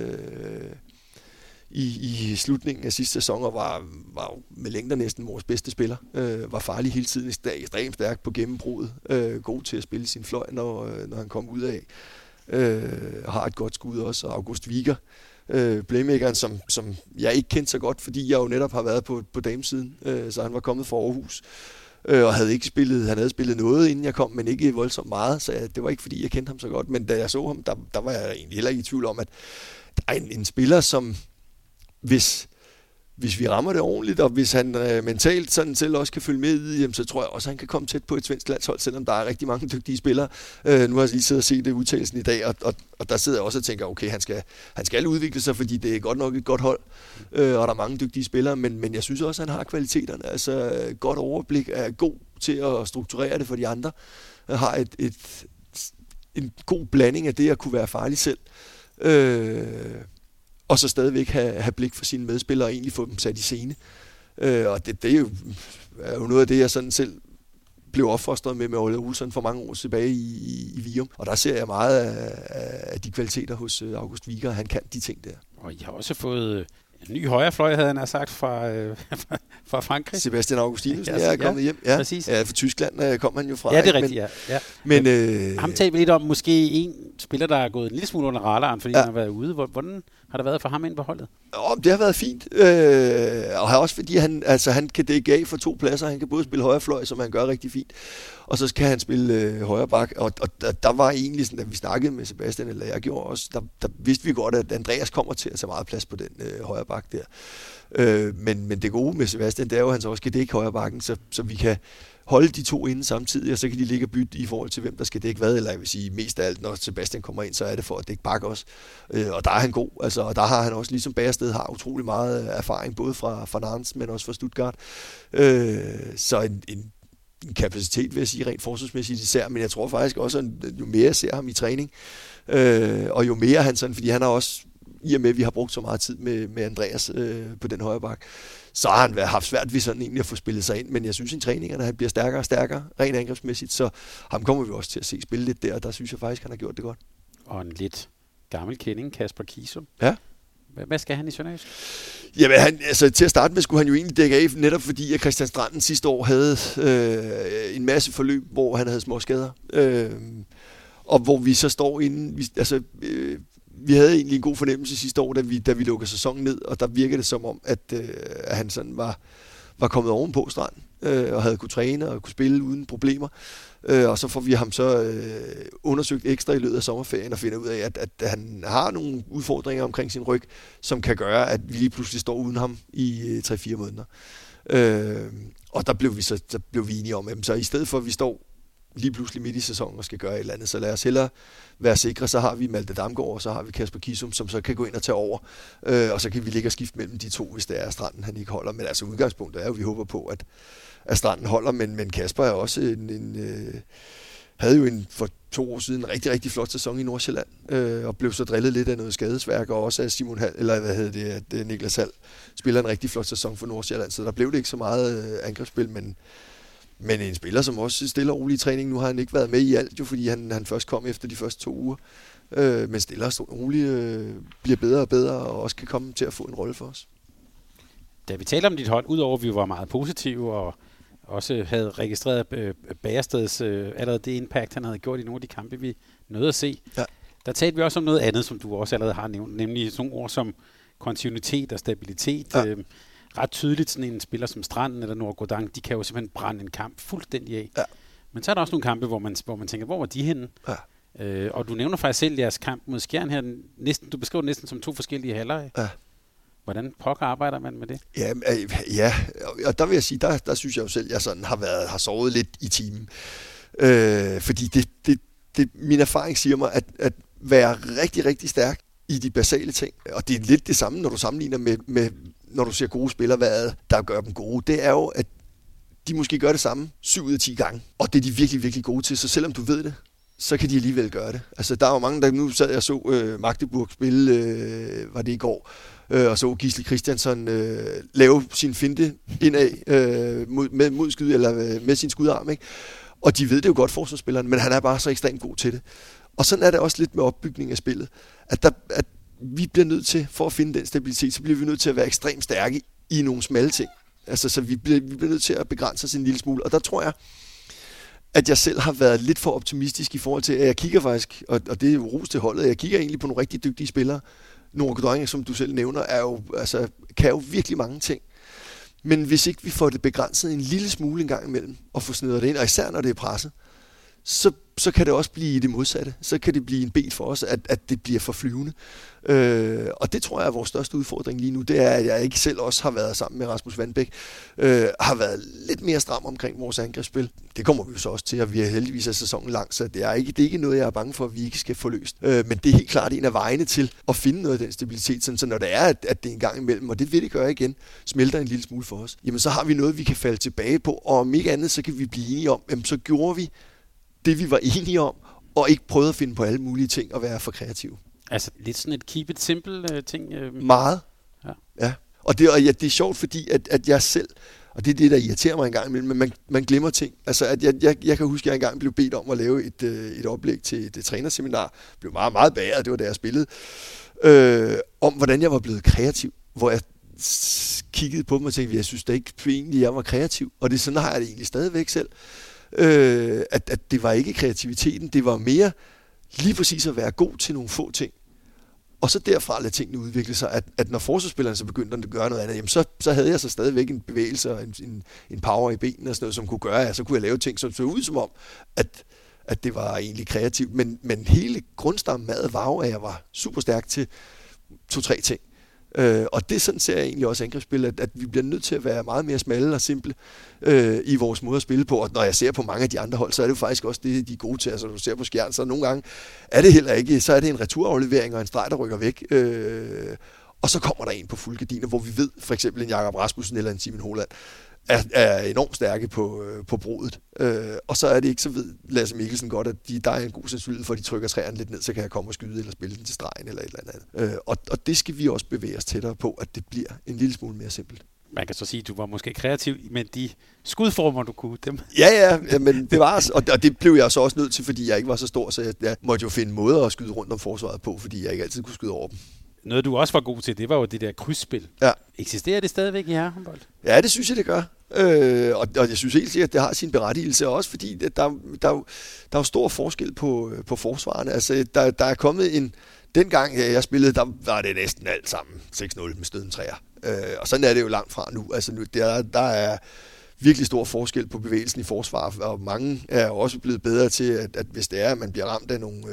i slutningen af sidste sæson, og var med længder næsten vores bedste spiller. Var farlig hele tiden, ekstremt stærk på gennembruddet, god til at spille sin fløj, når han kom ud af. Har et godt skud også, og August Wieger, playmakeren, som jeg ikke kendte så godt, fordi jeg jo netop har været på damesiden, så han var kommet fra Aarhus, og han havde spillet noget, inden jeg kom, men ikke voldsomt meget, så det var ikke fordi, jeg kendte ham så godt, men da jeg så ham, der var jeg egentlig heller ikke i tvivl om, at der er en spiller, som hvis vi rammer det ordentligt, og hvis han mentalt sådan selv også kan følge med i, jamen, så tror jeg også, at han kan komme tæt på et svensk landshold, selvom der er rigtig mange dygtige spillere. Nu har jeg lige siddet og set det udtalelsen i dag, og der sidder jeg også og tænker, okay, han skal udvikle sig, fordi det er godt nok et godt hold, og der er mange dygtige spillere, men jeg synes også, at han har kvaliteterne. Altså godt overblik, er god til at strukturere det for de andre, har en god blanding af det at kunne være farlig selv. Og så stadigvæk have blik for sine medspillere og egentlig få dem sat i scene. Og det er jo noget af det, jeg sådan selv blev opfostret med Ole Olsen for mange år tilbage i Virum. Og der ser jeg meget af de kvaliteter hos August Wieger, han kan de ting der. Og I har også fået en ny højrefløj, havde han sagt, fra Frankrig. Sebastian Augustinussen er kommet hjem. Ja, præcis. Ja, fra Tyskland kom han jo fra. Ja, det er rigtigt, ja. Men ham talte vi lidt om, måske en spiller, der er gået en lille smule under radaren, fordi han har været ude. Hvordan har det været for ham inde på holdet? Det har været fint. Og også fordi han kan dække af for 2 pladser. Han kan både spille højrefløj, som han gør rigtig fint, og så kan han spille højre bak. Og der var egentlig sådan, at vi snakkede med Sebastian, eller jeg gjorde også, der vidste vi godt, at Andreas kommer til at tage meget plads på den højre bak der. Men det gode med Sebastian, det er jo, at han så også skal dække højre bakken, så vi kan holde de to inde samtidig, og så kan de ligge og bytte i forhold til, hvem der skal dække hvad, eller jeg vil sige, mest af alt, når Sebastian kommer ind, så er det for at dække bak også. Og der er han god, altså, og der har han også, ligesom Bærested, har utrolig meget erfaring, både fra Nantes, men også fra Stuttgart. Så en kapacitet, vil jeg sige, rent forsvarsmæssigt især, men jeg tror faktisk også, at jo mere jeg ser ham i træning, og jo mere han sådan, fordi han har også, i og med, at vi har brugt så meget tid med Andreas på den højre bak, så har han haft svært ved sådan egentlig at få spillet sig ind, men jeg synes i træningerne, han bliver stærkere og stærkere, rent angrebsmæssigt, så ham kommer vi også til at se spille lidt der, og der synes jeg faktisk, han har gjort det godt. Og en lidt gammel kending, Kasper Kisum. Ja. Hvad skal han i Sønderjysk? Jamen, til at starte med skulle han jo egentlig dække af, netop fordi at Christian Stranden sidste år havde en masse forløb, hvor han havde små skader. Og hvor vi så står inde, vi havde egentlig en god fornemmelse sidste år, da vi lukkede sæsonen ned, og der virkede det som om, at han sådan var kommet ovenpå Stranden, og havde kunne træne og kunne spille uden problemer. Og så får vi ham så undersøgt ekstra i løbet af sommerferien og finder ud af, at han har nogle udfordringer omkring sin ryg, som kan gøre, at vi lige pludselig står uden ham i 3-4 måneder. Og der blev vi enige om, at så i stedet for, at vi står lige pludselig midt i sæsonen og skal gøre et eller andet, så lad os hellere være sikre, så har vi Malte Damgaard, og så har vi Kasper Kisum, som så kan gå ind og tage over, og så kan vi ligge og skifte mellem de to, hvis det er Stranden, han ikke holder. Men altså udgangspunktet er jo, vi håber på, at Stranden holder, men Kasper er også havde jo for 2 år siden en rigtig, rigtig flot sæson i Nordsjælland, og blev så drillet lidt af noget skadesværk, og også af Simon Hall, eller hvad hedder det, at Niklas Hall spiller en rigtig flot sæson for Nordsjælland, så der blev det ikke så meget angrebsspil, men en spiller, som også stille og roligt i træning. Nu har han ikke været med i alt, jo, fordi han først kom efter de første 2 uger, men stille og roligt bliver bedre og bedre, og også kan komme til at få en rolle for os. Da vi taler om dit hold, udover at vi var meget positive og også havde registreret Bagersteds allerede det impact, han havde gjort i nogle af de kampe, vi nåede at se. Ja. Der talte vi også om noget andet, som du også allerede har nævnt, nemlig sådan nogle ord som kontinuitet og stabilitet. Ja. Ret tydeligt sådan en spiller som Stranden eller Nordgård, de kan jo simpelthen brænde en kamp fuldstændig af. Ja. Men så er der også nogle kampe, hvor man tænker, hvor var de henne? Ja. Og du nævner faktisk selv jeres kamp mod Skjern her, du beskriver det næsten som 2 forskellige halvleje. Ja. Hvordan pokker arbejder man med det? Ja, og der vil jeg sige, der synes jeg jo selv, at jeg sådan har sovet lidt i timen. Fordi min erfaring siger mig, at være rigtig, rigtig stærk i de basale ting, og det er lidt det samme, når du sammenligner med når du ser gode spillere, hvad der gør dem gode, det er jo, at de måske gør det samme 7 ud af 10 gange, og det er de virkelig, virkelig gode til, så selvom du ved det, så kan de alligevel gøre det. Altså, der er jo mange, der nu sad jeg så Magdeburg spille, var det i går, og så Gisle Christiansen lave sin finte indad mod skud, eller med sin skudarm, ikke? Og de ved det jo godt, forsvarsspilleren, men han er bare så ekstremt god til det. Og sådan er det også lidt med opbygning af spillet, at vi bliver nødt til, for at finde den stabilitet, så bliver vi nødt til at være ekstremt stærke i nogle smalle ting. Altså, så vi bliver nødt til at begrænse os en lille smule, og der tror jeg, at jeg selv har været lidt for optimistisk i forhold til, at jeg kigger faktisk, og det er jo ros til holdet, jeg kigger egentlig på nogle rigtig dygtige spillere. Nordgård, som du selv nævner, kan jo virkelig mange ting. Men hvis ikke vi får det begrænset en lille smule en gang imellem, og får snedret det ind, og især når det er presset, så kan det også blive det modsatte. Så kan det blive en bed for os, at det bliver for flyvende. Og det tror jeg er vores største udfordring lige nu. Det er, at jeg ikke selv også har været sammen med Rasmus Vandbæk, har været lidt mere stram omkring vores angrebsspil. Det kommer vi jo så også til, og vi er heldigvis af sæsonen lang, så det er ikke noget, jeg er bange for, at vi ikke skal få løst. Men det er helt klart en af vejene til at finde noget af den stabilitet, sådan, så når det er, at det en gang imellem, og det vil det gøre igen, smelter en lille smule for os, jamen så har vi noget, vi kan falde tilbage på, og om ikke andet, så kan vi blive enige om, jamen så gjorde vi det, vi var enige om, og ikke prøvede at finde på alle mulige ting og være for kreative. Altså lidt sådan et keep it simple ting? Meget. Ja. Og det er sjovt, fordi at jeg selv, og det er det, der irriterer mig en gang imellem, men man glemmer ting. Altså, at jeg kan huske, at jeg engang blev bedt om at lave et oplæg til et trænerseminar. Det blev meget, meget bæret, det var da jeg spillede, om hvordan jeg var blevet kreativ, hvor jeg kiggede på dem og tænkte, jeg synes da ikke egentlig, jeg var kreativ. Og det sådan har jeg det egentlig stadigvæk selv. At det var ikke kreativiteten, det var mere lige præcis at være god til nogle få ting. Og så derfra lade tingene udvikle sig, at når forsvarsspillerne så begyndte at gøre noget andet, jamen så havde jeg så stadigvæk en bevægelse og en power i benene og sådan noget, som kunne gøre, at så kunne jeg lave ting, som så ud som om, at det var egentlig kreativt. Men hele grundstammen med var jo, at jeg var super stærk til 2-3 ting. Og det sådan ser jeg egentlig også angrebsspil, at vi bliver nødt til at være meget mere smalle og simple i vores måde at spille på. Og når jeg ser på mange af de andre hold, så er det jo faktisk også det, de er gode til. Altså når du ser på Skjern, så nogle gange er det heller ikke, så er det en returaflevering og en streg, der rykker væk. Og så kommer der en på fulde gardiner, hvor vi ved, for eksempel en Jakob Rasmussen eller en Simon Holland, er enormt stærke på brudet. Og så er det ikke, så ved Lasse Mikkelsen godt, at der er en god sandsynlighed for, at de trykker træerne lidt ned, så kan jeg komme og skyde eller spille den til stregen eller et eller andet. Og det skal vi også bevæge os tættere på, at det bliver en lille smule mere simpelt. Man kan så sige, at du var måske kreativ, men de skudformer, du kunne dem. Ja, men det var og det blev jeg så også nødt til, fordi jeg ikke var så stor, så jeg måtte jo finde måder at skyde rundt om forsvaret på, fordi jeg ikke altid kunne skyde over dem. Noget, du også var god til, det var jo det der krydsspil. Ja. Eksisterer det stadigvæk i herrehåndbold? Ja, det synes jeg, det gør. Og jeg synes helt sikkert, at det har sin berettigelse også, fordi der er jo stor forskel på forsvarerne. Altså, der er kommet dengang jeg spillede, der var det næsten alt sammen 6-0 med støden træer. Og sådan er det jo langt fra nu. Altså, der er virkelig stor forskel på bevægelsen i forsvar, og mange er også blevet bedre til, at hvis det er, at man bliver ramt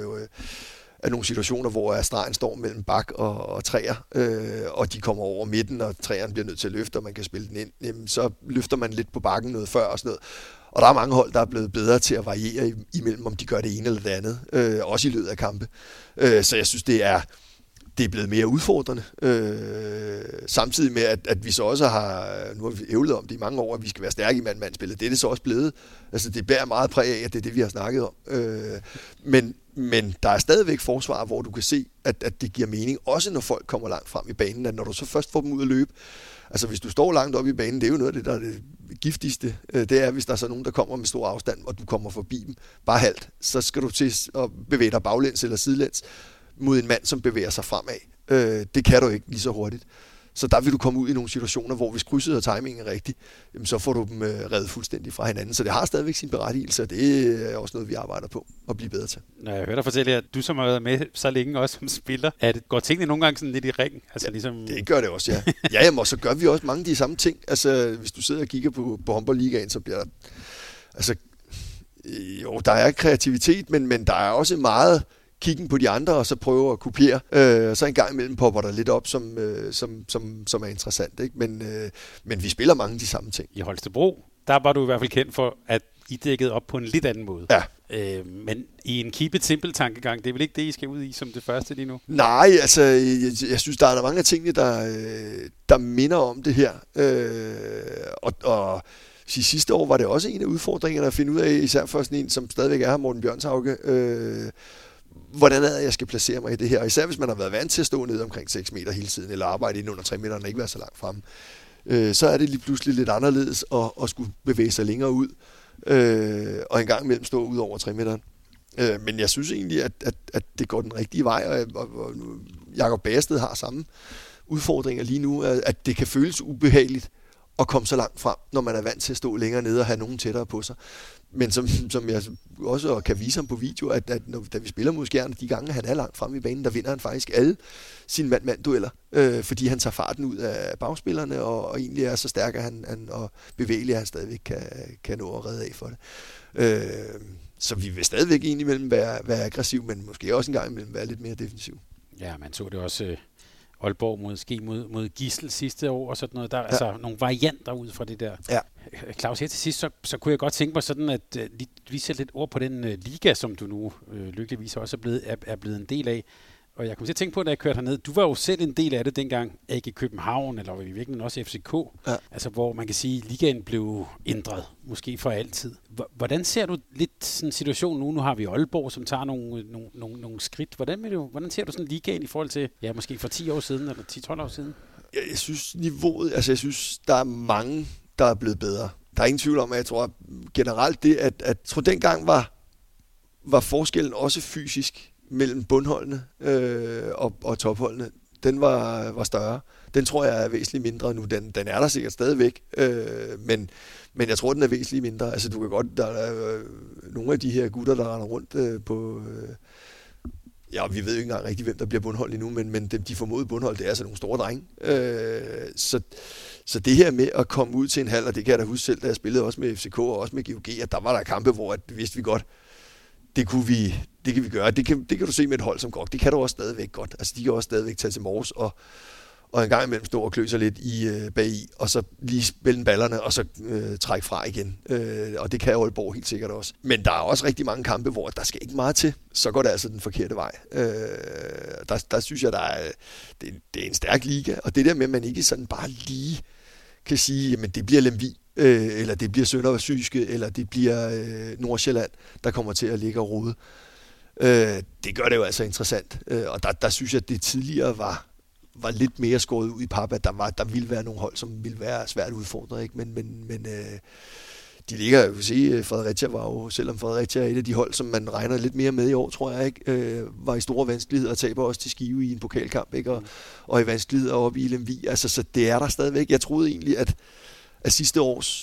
af nogle situationer, hvor stregen står mellem bak og træer, og de kommer over midten, og træerne bliver nødt til at løfte, og man kan spille den ind, jamen, så løfter man lidt på bakken noget før og sådan noget. Og der er mange hold, der er blevet bedre til at variere imellem, om de gør det ene eller det andet, også i løbet af kampe. Så jeg synes, det er det er blevet mere udfordrende. Samtidig med, at vi så også nu har vi ævlet om det i mange år, at vi skal være stærke i mand-mand-spillet. Det er det så også blevet. Altså, det bærer meget præg af, at det er det, vi har snakket om. Men der er stadigvæk forsvar, hvor du kan se, at det giver mening, også når folk kommer langt frem i banen, at når du så først får dem ud at løbe, altså hvis du står langt op i banen, det er jo noget af det, der er det giftigste. Det er, hvis der er så nogen, der kommer med stor afstand, og du kommer forbi dem bare halvt, så skal du til at bevæge dig baglæns eller sidelæns mod en mand, som bevæger sig fremad. Det kan du ikke lige så hurtigt. Så der vil du komme ud i nogle situationer, hvor hvis krydset og timingen er rigtig, jamen så får du dem reddet fuldstændig fra hinanden. Så det har stadigvæk sin berettigelse, og det er også noget, vi arbejder på at blive bedre til. Når jeg hører dig fortælle, at du som har været med så længe også som spiller, går tingene nogle gange sådan lidt i ring? Altså, ja, ligesom... det gør det også, ja. Ja, og så gør vi også mange af de samme ting. Altså, hvis du sidder og kigger på håndboldligaen, så bliver der... Altså, jo, der er kreativitet, men der er også meget... kiggen på de andre, og så prøve at kopiere. Så en gang imellem popper der lidt op, som er interessant. Ikke? Men vi spiller mange af de samme ting. I Holstebro, der var du i hvert fald kendt for, at I dækkede op på en lidt anden måde. Ja. Men i en keep it simple tankegang, det er vel ikke det, I skal ud i som det første lige nu? Nej, altså, jeg synes, der er mange af tingene, der minder om det her. Og sidste år var det også en af udfordringerne at finde ud af, især for sådan en, som stadigvæk er her, Morten Bjørnshauge, hvordan er det, jeg skal placere mig i det her? Og især hvis man har været vant til at stå nede omkring 6 meter hele tiden, eller arbejde inden under 3 meter, og ikke være så langt fremme, så er det lige pludselig lidt anderledes at skulle bevæge sig længere ud, og en gang imellem stå ud over 3 meter. Men jeg synes egentlig, at det går den rigtige vej, og Jakob Basted har samme udfordringer lige nu, at det kan føles ubehageligt at komme så langt frem, når man er vant til at stå længere nede og have nogen tættere på sig. Men som jeg også kan vise ham på video, at da vi spiller mod Skjern, de gange han er langt frem i banen, der vinder han faktisk alle sine mand-mand-dueller, fordi han tager farten ud af bagspillerne, og egentlig er så stærk, at han og bevægelig, at han stadigvæk kan nå at redde af for det. Så vi vil stadigvæk egentlig imellem være aggressiv, men måske også en gang imellem være lidt mere defensiv. Ja, man så det også... Aalborg mod Gidsel sidste år og sådan noget. Der er altså nogle varianter ud fra det der. Ja. Claus, her til sidst, så kunne jeg godt tænke mig sådan, at vi sætter lidt ord på den liga, som du nu lykkeligvis også er blevet en del af. Og jeg kom til at tænke på, da jeg kørte herned, du var jo selv en del af det dengang, AG København, eller i virkeligheden også FCK, altså hvor man kan sige, at ligaen blev ændret, måske for altid. Hvordan ser du lidt sådan en situation nu? Nu har vi Aalborg, som tager nogle skridt. Hvordan ser du sådan ligaen i forhold til, ja, måske for 10 år siden, eller 10-12 år siden? Jeg synes niveauet, altså jeg synes, der er mange, der er blevet bedre. Der er ingen tvivl om, at jeg tror generelt det, at tror dengang var forskellen også fysisk, mellem bundholdene og topholdene, den var større. Den tror jeg er væsentligt mindre nu. Den er der sikkert stadigvæk, men jeg tror, den er væsentligt mindre. Altså, du kan godt, der er nogle af de her gutter, der render rundt på... Ja, vi ved jo ikke engang rigtig, hvem der bliver bundhold endnu, men de formodede bundhold, det er altså nogle store drenge. Så det her med at komme ud til en halv, og det kan jeg da huske selv, da jeg spillede også med FCK og også med GOG, at der var der kampe, hvor det vidste vi godt, det kan vi gøre. Det kan du se med et hold som GOG. Det kan du også stadigvæk godt. Altså, de kan også stadigvæk tage til Mors og en gang imellem stå og klø sig lidt bagi, og så lige spille ballerne, og så trække fra igen. Og det kan Aalborg helt sikkert også. Men der er også rigtig mange kampe, hvor der skal ikke meget til. Så går det altså den forkerte vej. Der synes jeg, det er en stærk liga, og det der med, at man ikke sådan bare lige kan sige, jamen det bliver Lemvig, eller det bliver Sønderjyske, eller det bliver Nordsjælland, der kommer til at ligge og rode. Det gør det jo altså interessant. Og der synes jeg, at det tidligere var lidt mere skåret ud i pap, at der ville være nogle hold, som ville være svært udfordret, ikke? Men de ligger, jeg vil sige, Fredericia var jo, selvom Fredericia er et af de hold, som man regner lidt mere med i år, tror jeg, ikke, var i store vanskeligheder og taber også til Skive i en pokalkamp, ikke? Og i vanskeligheder oppe i Lemvig. Altså, så det er der stadigvæk. Jeg troede egentlig, at sidste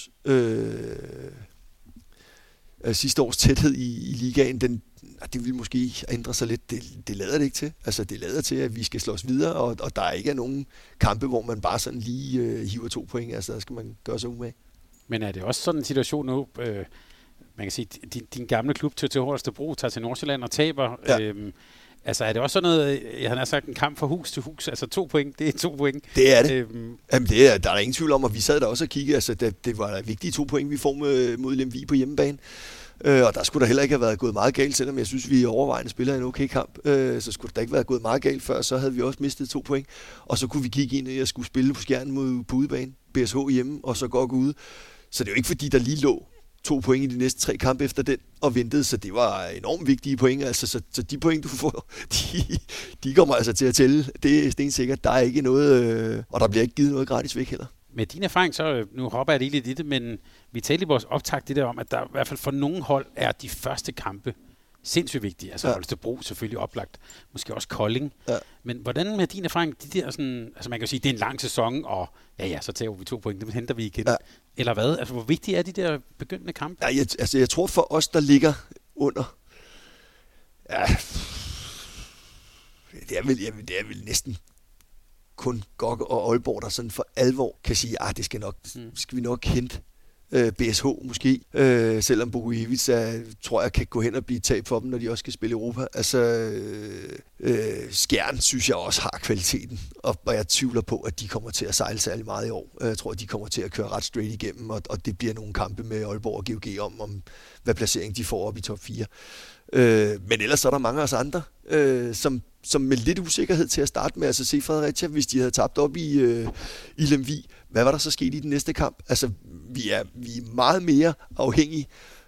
års tæthed i ligaen, det vil måske ændre sig lidt. Det lader det ikke til. Altså, det lader til, at vi skal slås videre, og der ikke er nogen kampe, hvor man bare sådan lige hiver 2 point. Altså, der skal man gøre sig umage. Men er det også sådan en situation nu, man kan sige, din gamle klub til Holstebro tager til Nordsjælland og taber. Ja. Altså er det også sådan noget, han har sagt, en kamp fra hus til hus, altså 2 point, det er 2 point. Det er det. Jamen, der er ingen tvivl om, og vi sad der også og kiggede, altså det var vigtige 2 point, vi får mod Lemvig på hjemmebane. Og der skulle der heller ikke have været gået meget galt, selvom jeg synes, vi overvejende spiller en okay kamp. Så skulle der ikke være gået meget galt før, så havde vi også mistet 2 point. Og så kunne vi kigge ind i at skulle spille på Skjern på udebane, BSH hjemme, og så gå ude. Så det er jo ikke fordi, der lige lå 2 point i de næste 3 kampe efter den, og ventede, så det var enormt vigtige point. Altså, så de point, du får, de kommer altså til at tælle. Det er stensikkert. Der er ikke noget, og der bliver ikke givet noget gratis væk heller. Med din erfaring, så nu hopper jeg lidt i det, men vi talte i vores optakt det der om, at der i hvert fald for nogle hold er de første kampe sindssygt vigtige. Altså Holstebro selvfølgelig oplagt, måske også Kolding. Ja. Men hvordan med din erfaring, de der sådan, altså man kan jo sige, det er en lang sæson, og ja, så tager vi 2 point, dem henter vi igen. Ja. Eller hvad? Altså hvor vigtige er de der begyndende kampe? Ja, jeg tror for os, der ligger under, ja, det er vel næsten kun GOG og Aalborg, der sådan for alvor kan sige, det skal vi nok hente. BSH måske, selvom Bogojevic tror jeg kan gå hen og blive tab for dem, når de også skal spille Europa. Altså, Skjern synes jeg også har kvaliteten, og jeg tvivler på, at de kommer til at sejle særlig meget i år. Jeg tror, at de kommer til at køre ret straight igennem, og det bliver nogle kampe med Aalborg og GOG om hvad placering de får op i top 4. Men ellers er der mange af os andre, som med lidt usikkerhed til at starte med, altså se Fredericia, hvis de havde tabt op i Lemvig, hvad var der så sket i den næste kamp? Altså, vi er meget mere afhængige.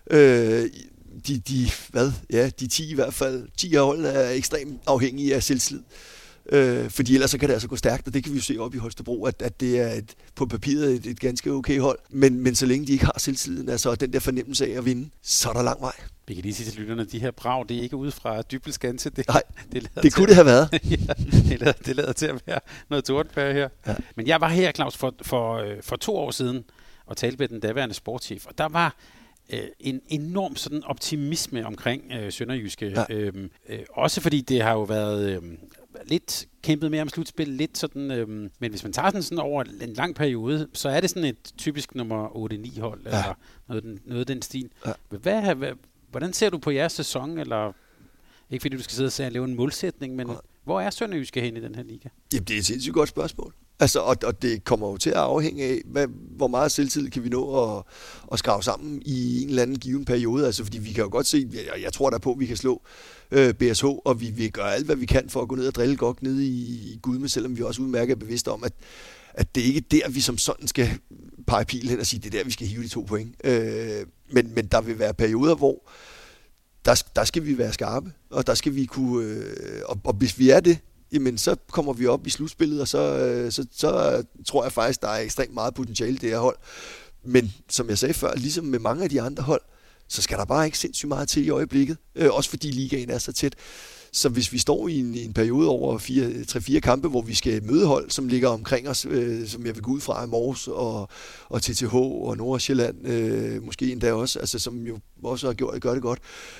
De 10 i hvert fald, 10 af holdene er ekstremt afhængige af selvslid. Fordi ellers så kan det altså gå stærkt, og det kan vi jo se op i Holstebro, at det er på papiret et ganske okay hold. Men så længe de ikke har selvtilliden, altså den der fornemmelse af at vinde, så er der lang vej. Vi kan lige sige til lytterne, at de her brag, det er ikke ude fra Dybbølskanse. Nej, det kunne det have været. Ja, det lader til at være noget tordenfærd her. Ja. Men jeg var her, Claus, for 2 år siden og talte med den daværende sportschef, og der var en enorm sådan optimisme omkring Sønderjyske. Ja. Også fordi det har jo været lidt kæmpet mere om slutspil, lidt sådan, men hvis man tager sådan over en lang periode, så er det sådan et typisk nummer 8-9 hold, eller noget af den stil. Ja. Hvordan ser du på jeres sæson, eller ikke fordi du skal sidde og lave en målsætning, men hvor er Sønderjyske hen i den her liga? Jamen, det er et sindssygt godt spørgsmål. Altså, og det kommer jo til at afhænge af, hvor meget selvtid kan vi nå at skrave sammen i en eller anden given periode. Altså, fordi vi kan jo godt se, jeg tror der på, at vi kan slå BSH, og vi vil gøre alt, hvad vi kan for at gå ned og drille GOG nede i Gudme, selvom vi også udmærket er bevidste om, at det ikke er der, vi som sådan skal pege pilen hen og sige, det er der, vi skal hive de 2 point. Men der vil være perioder, hvor der skal vi være skarpe, og der skal vi kunne, og hvis vi er det, jamen så kommer vi op i slutspillet, og så tror jeg faktisk, der er ekstremt meget potentiale i det her hold. Men som jeg sagde før, ligesom med mange af de andre hold, så skal der bare ikke sindssygt meget til i øjeblikket, også fordi ligaen er så tæt. Så hvis vi står i en periode over 3-4 kampe, hvor vi skal møde hold, som ligger omkring os, som jeg vil gå ud fra, Mors og TTH og Nordsjælland, måske endda også, altså som jo også har gør det godt,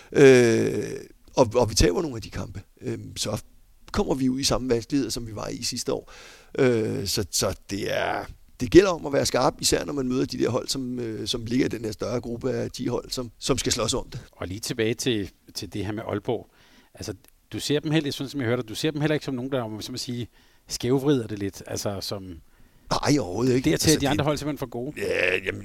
og vi taber nogle af de kampe, så kommer vi ud i samme vanskeligheder, som vi var i sidste år. Så det gælder om at være skarp, især når man møder de der hold, som ligger i den her større gruppe af 10 hold, som skal slås om det. Og lige tilbage til det her med Aalborg. Altså, du ser dem heller, sådan som jeg hørte, du ser dem heller ikke som nogen, der, som at sige, skævvrider det lidt, altså som... Nej, overhovedet ikke. Dertil altså, de andre hold simpelthen for gode? Ja, jamen,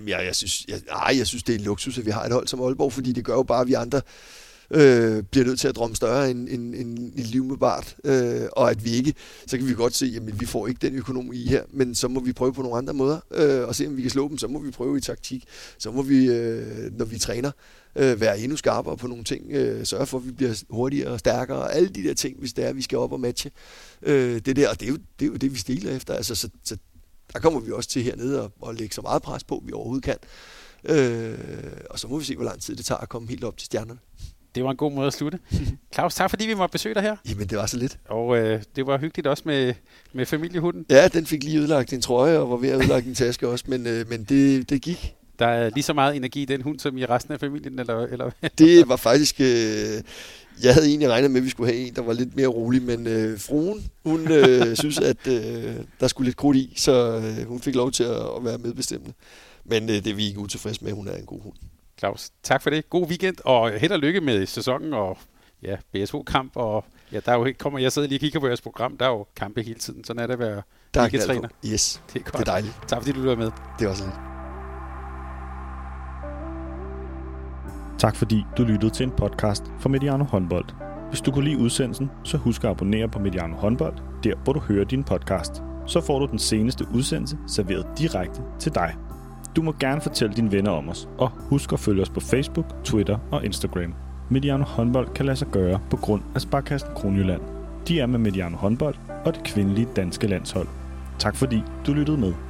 jeg synes, det er en luksus, at vi har et hold som Aalborg, fordi det gør jo bare, at vi andre bliver nødt til at drømme større end liv med Bart, og at vi ikke, så kan vi godt se, jamen vi får ikke den økonomi her, men så må vi prøve på nogle andre måder, og se om vi kan slå dem, så må vi prøve i taktik, så må vi, når vi træner, være endnu skarpere på nogle ting, sørge for, at vi bliver hurtigere og stærkere, og alle de der ting, hvis det er, vi skal op og matche det der, og det er jo det, vi stiler efter, altså så der kommer vi også til hernede og lægge så meget pres på, vi overhovedet kan, og så må vi se, hvor lang tid det tager at komme helt op til stjernerne. Det var en god måde at slutte. Claus, tak fordi vi måtte besøge dig her. Jamen, det var så lidt. Og det var hyggeligt også med familiehunden. Ja, den fik lige ødelagt en trøje, og var ved at ødelægge en taske også, men det gik. Der er lige så meget energi i den hund, som i resten af familien, eller? Det var faktisk... jeg havde egentlig regnet med, at vi skulle have en, der var lidt mere rolig, men fruen, hun synes, at der skulle lidt krudt i, så hun fik lov til at være medbestemmende. Men det er vi ikke utilfredse med, hun er en god hund. Claus, tak for det. God weekend, og held og lykke med sæsonen, og BSO-kamp, og der er jo kommer jeg sidder lige og kigger på jeres program, der er jo kampe hele tiden. Sådan er det at være ligatræner. Yes, det er godt. Det er dejligt. Tak fordi du var med. Det er også lidt. Tak fordi du lyttede til en podcast fra Mediano Håndbold. Hvis du kunne lide udsendelsen, så husk at abonnere på Mediano Håndbold, der hvor du hører din podcast. Så får du den seneste udsendelse serveret direkte til dig. Du må gerne fortælle dine venner om os, og husk at følge os på Facebook, Twitter og Instagram. Mediano Håndbold kan lade sig gøre på grund af Sparkassen Kronjylland. De er med Mediano Håndbold og det kvindelige danske landshold. Tak fordi du lyttede med.